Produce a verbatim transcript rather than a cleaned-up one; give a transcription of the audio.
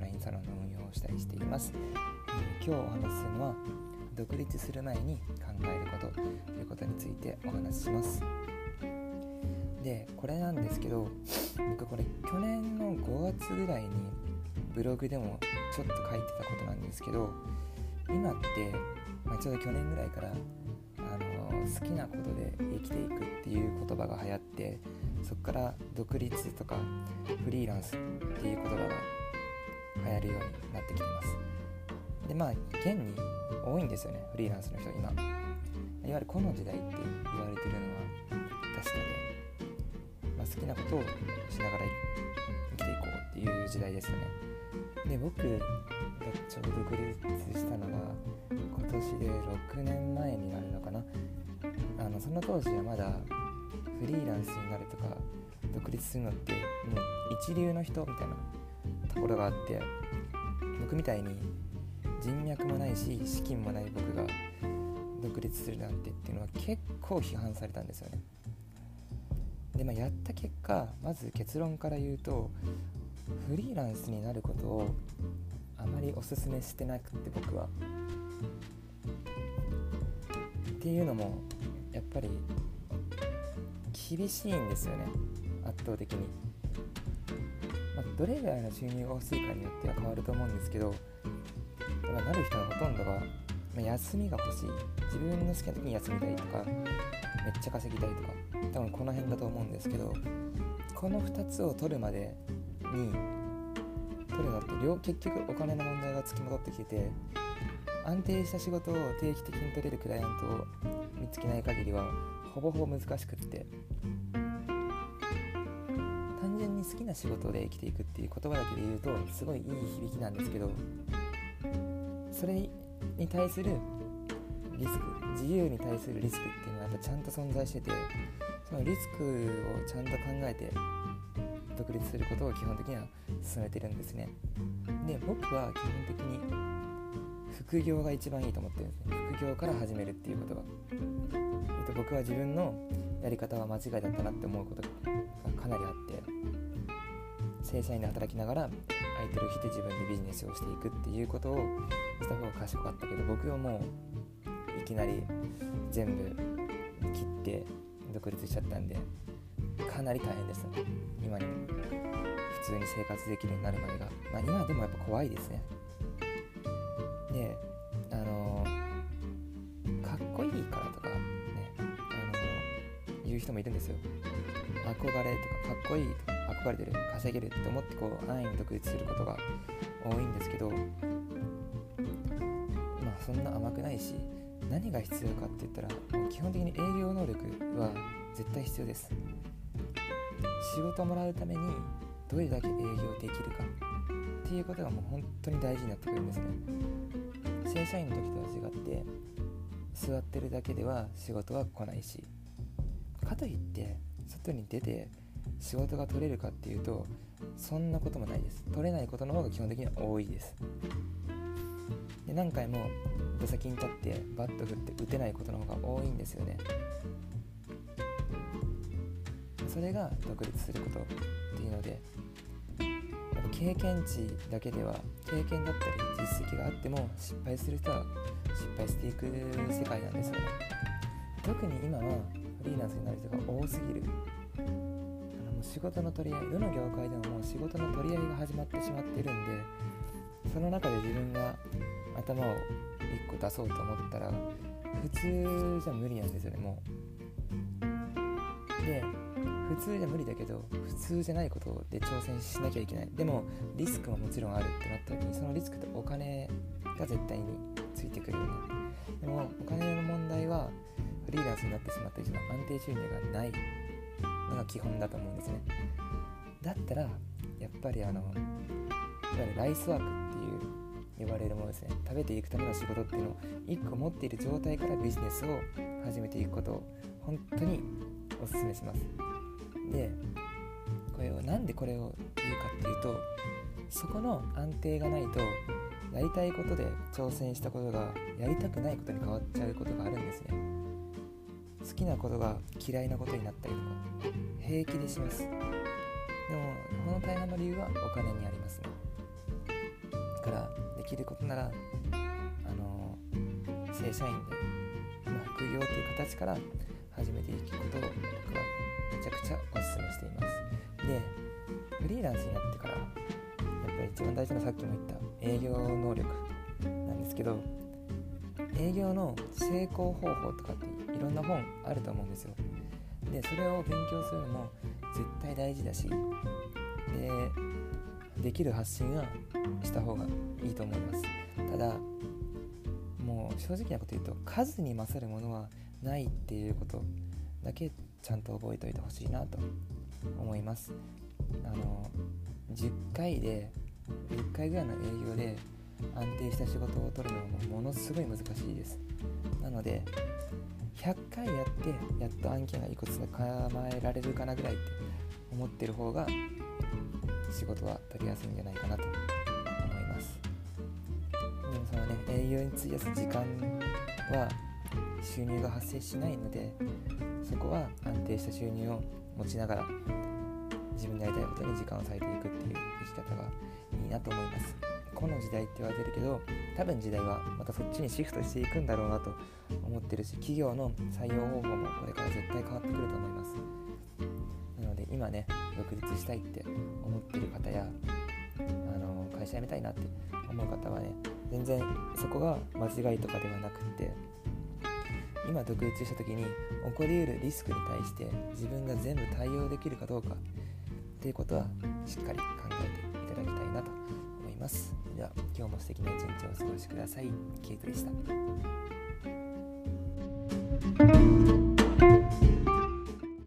ラインサロンの運用をしたりしています。えー、今日お話しするのは独立する前に考えることということについてお話しします。で、これなんですけど、僕これ去年のごがつぐらいにブログでもちょっと書いてたことなんですけど、今って、まあ、ちょうど去年ぐらいから、あのー、好きなことで生きていくっていう言葉が流行って、そこから独立とかフリーランスっていう言葉が流行るようになってきてます。で、まあ現に多いんですよね、フリーランスの人今。いわゆるこの時代って言われてるのは確かで、まあ、好きなことをしながら生きていこうっていう時代ですよね。で、僕がちょうど独立したのが今年でろくねんまえになるのかな。あのその当時はまだフリーランスになるとか独立するのってもう一流の人みたいなところがあって、僕みたいに人脈もないし資金もない僕が独立するなんてっていうのは結構批判されたんですよね。で、まあ、やった結果、まず結論から言うと、フリーランスになることをあまりおすすめしてなくて、僕はっていうのもやっぱり厳しいんですよね、圧倒的に。まあ、どれぐらいの収入が欲しいかによっては変わると思うんですけど、まあ、なる人のほとんどが、まあ、休みが欲しい、自分の好きな時に休みたいとか、めっちゃ稼ぎたいとか、多分この辺だと思うんですけど、このふたつを取るまでに取るのって両結局お金の問題がつきまとってきてて、安定した仕事を定期的に取れるクライアントを見つけない限りはほぼほぼ難しくって、単純に好きな仕事で生きていくっていう言葉だけで言うとすごいいい響きなんですけど、それに対するリスク、自由に対するリスクっていうのはやっぱちゃんと存在してて、そのリスクをちゃんと考えて独立することを基本的には進めてるんですね。で、僕は基本的に副業が一番いいと思ってるんですね。副業から始めるっていうことが、えっと、僕は自分のやり方は間違いだったなって思うことがかなりあって、正社員で働きながら空いてる日で自分でビジネスをしていくっていうことをした方が賢かったけど、僕はもういきなり全部切って独立しちゃったんで、かなり大変です。今にも普通に生活できるようになるまでが、まあ、今でもやっぱ怖いですね。で、あのー、かっこいいからとかね、あのー、言う人もいるんですよ。憧れとかかっこいいとか憧れてる、稼げるって思ってこう安易に独立することが多いんですけど、まあそんな甘くないし、何が必要かって言ったら、もう基本的に営業能力は絶対必要です。仕事をもらうためにどれだけ営業できるかっていうことがもう本当に大事になってくるんですね。正社員の時とは違って座ってるだけでは仕事は来ないし、かといって外に出て仕事が取れるかっていうとそんなこともないです。取れないことの方が基本的には多いです。で、何回も出先に立ってバット振って打てないことの方が多いんですよね。それが独立することっていうので、やっぱ経験値だけでは、経験だったり実績があっても失敗する人は失敗していく世界なんですよね。特に今はフリーランスになる人が多すぎる。あのもう仕事の取り合い、どの業界でももう仕事の取り合いが始まってしまってるんで、その中で自分が頭を一個出そうと思ったら普通じゃ無理なんですよね。もうで普通じゃ無理だけど、普通じゃないことで挑戦しなきゃいけない。でもリスクももちろんあるってなった時に、そのリスクとお金が絶対についてくるよね。でもお金の問題はフリーランスになってしまった人の安定収入がないのが基本だと思うんですね。だったらやっぱりあのいわゆるライスワークっていう呼ばれるものですね。食べていくための仕事っていうのをいっこ持っている状態からビジネスを始めていくことを本当にお勧めします。で、これをなんでこれを言うかっていうと、そこの安定がないとやりたいことで挑戦したことがやりたくないことに変わっちゃうことがあるんですね。好きなことが嫌いなことになったりとか平気でします。でもこの大半の理由はお金にありますね。 きることなら、あの正社員で、まあ、副業という形から始めていくことを僕はめちゃくちゃお勧めしています。で、フリーランスになってからやっぱり一番大事なのはさっきも言った営業能力なんですけど、営業の成功方法とかっていろんな本あると思うんですよ。で、それを勉強するのも絶対大事だし、で、できる発信はした方がいいと思います。ただ、もう正直なこと言うと、数に勝るものはないっていうことだけちゃんと覚えておいてほしいなと思います。あのじゅっかいでじゅっかいぐらいの営業で安定した仕事を取るのはもうものすごい難しいです。なのでひゃっかいやってやっと案件がいくつか構えられるかなぐらいって思ってる方が仕事は取りやすいんじゃないかなと思います。でもそのね、営業に費やす時間は収入が発生しないので、そこは安定した収入を持ちながら自分でやりたいことに時間を割いていくっていう生き方がいいなと思います。この時代って言われてるけど、多分時代はまたそっちにシフトしていくんだろうなと思ってるし、企業の採用方法もこれから絶対変わってくると思います。なので今ね、独立したいって思ってる方や、あの会社辞めたいなって思う方はね、全然そこが間違いとかではなくて、今独立した時に起こりうるリスクに対して自分が全部対応できるかどうかっていうことはしっかり考えていただきたいなと思います。では今日も素敵な一日をお過ごしください。ケイトでした。